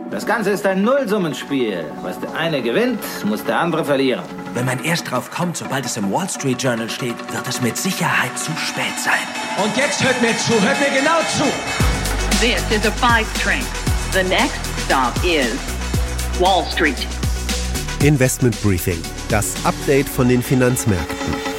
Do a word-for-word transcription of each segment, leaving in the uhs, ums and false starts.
Das Ganze ist ein Nullsummenspiel. Was der eine gewinnt, muss der andere verlieren. Wenn man erst drauf kommt, sobald es im Wall Street Journal steht, wird es mit Sicherheit zu spät sein. Und jetzt hört mir zu, hört mir genau zu. This is a five train. The next stop is Wall Street. Investment Briefing, das Update von den Finanzmärkten.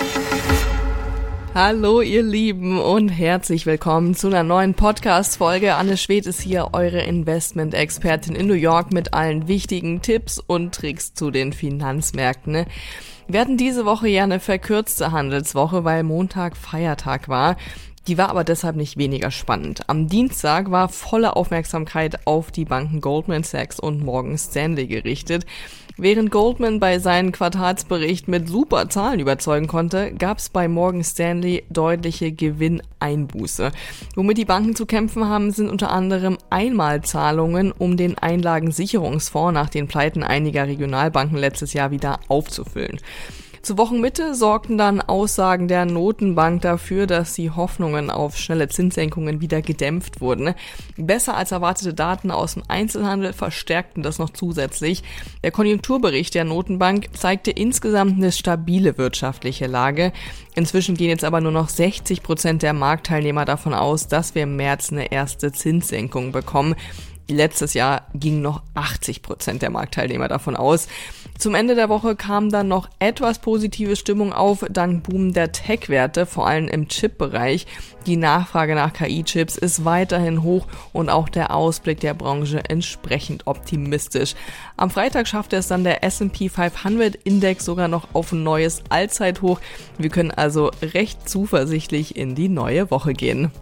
Hallo ihr Lieben und herzlich willkommen zu einer neuen Podcast-Folge. Anne Schwedt ist hier, eure Investment-Expertin in New York mit allen wichtigen Tipps und Tricks zu den Finanzmärkten. Wir hatten diese Woche ja eine verkürzte Handelswoche, weil Montag Feiertag war. Die war aber deshalb nicht weniger spannend. Am Dienstag war volle Aufmerksamkeit auf die Banken Goldman Sachs und Morgan Stanley gerichtet. Während Goldman bei seinem Quartalsbericht mit super Zahlen überzeugen konnte, gab es bei Morgan Stanley deutliche Gewinneinbuße. Womit die Banken zu kämpfen haben, sind unter anderem Einmalzahlungen, um den Einlagensicherungsfonds nach den Pleiten einiger Regionalbanken letztes Jahr wieder aufzufüllen. Zur Wochenmitte sorgten dann Aussagen der Notenbank dafür, dass die Hoffnungen auf schnelle Zinssenkungen wieder gedämpft wurden. Besser als erwartete Daten aus dem Einzelhandel verstärkten das noch zusätzlich. Der Konjunkturbericht der Notenbank zeigte insgesamt eine stabile wirtschaftliche Lage. Inzwischen gehen jetzt aber nur noch sechzig Prozent der Marktteilnehmer davon aus, dass wir im März eine erste Zinssenkung bekommen. Letztes Jahr gingen noch achtzig Prozent der Marktteilnehmer davon aus. Zum Ende der Woche kam dann noch etwas positive Stimmung auf, dank Boom der Tech-Werte, vor allem im Chip-Bereich. Die Nachfrage nach K I-Chips ist weiterhin hoch und auch der Ausblick der Branche entsprechend optimistisch. Am Freitag schaffte es dann der S and P fünfhundert Index sogar noch auf ein neues Allzeithoch. Wir können also recht zuversichtlich in die neue Woche gehen.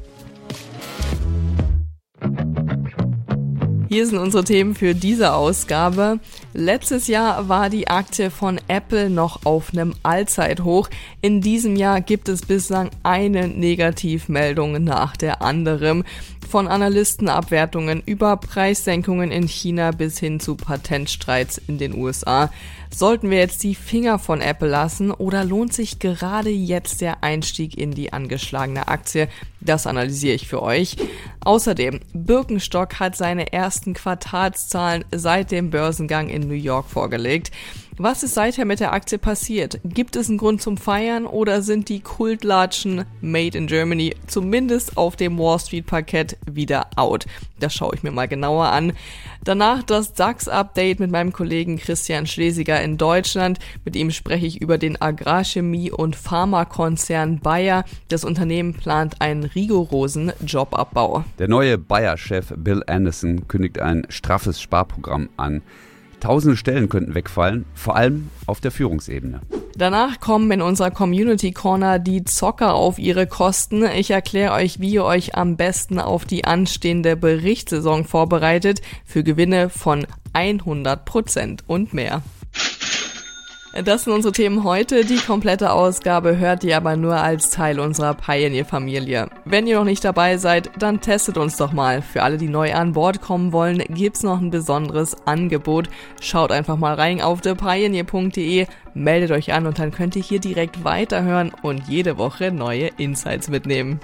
Hier sind unsere Themen für diese Ausgabe. Letztes Jahr war die Aktie von Apple noch auf einem Allzeithoch. In diesem Jahr gibt es bislang eine Negativmeldung nach der anderen. Von Analystenabwertungen über Preissenkungen in China bis hin zu Patentstreits in den U S A. Sollten wir jetzt die Finger von Apple lassen oder lohnt sich gerade jetzt der Einstieg in die angeschlagene Aktie? Das analysiere ich für euch. Außerdem, Birkenstock hat seine ersten Quartalszahlen seit dem Börsengang in New York vorgelegt. Was ist seither mit der Aktie passiert? Gibt es einen Grund zum Feiern oder sind die Kultlatschen Made in Germany zumindest auf dem Wall Street Parkett wieder out? Das schaue ich mir mal genauer an. Danach das DAX-Update mit meinem Kollegen Christian Schlesiger in Deutschland. Mit ihm spreche ich über den Agrarchemie- und Pharmakonzern Bayer. Das Unternehmen plant einen rigorosen Jobabbau. Der neue Bayer-Chef Bill Anderson kündigt ein straffes Sparprogramm an. Tausende Stellen könnten wegfallen, vor allem auf der Führungsebene. Danach kommen in unserer Community Corner die Zocker auf ihre Kosten. Ich erkläre euch, wie ihr euch am besten auf die anstehende Berichtssaison vorbereitet für Gewinne von hundert Prozent und mehr. Das sind unsere Themen heute. Die komplette Ausgabe hört ihr aber nur als Teil unserer Pioneer-Familie. Wenn ihr noch nicht dabei seid, dann testet uns doch mal. Für alle, die neu an Bord kommen wollen, gibt's noch ein besonderes Angebot. Schaut einfach mal rein auf the pioneer punkt de, meldet euch an und dann könnt ihr hier direkt weiterhören und jede Woche neue Insights mitnehmen.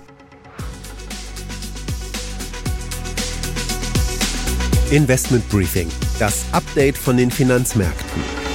Investment Briefing, das Update von den Finanzmärkten.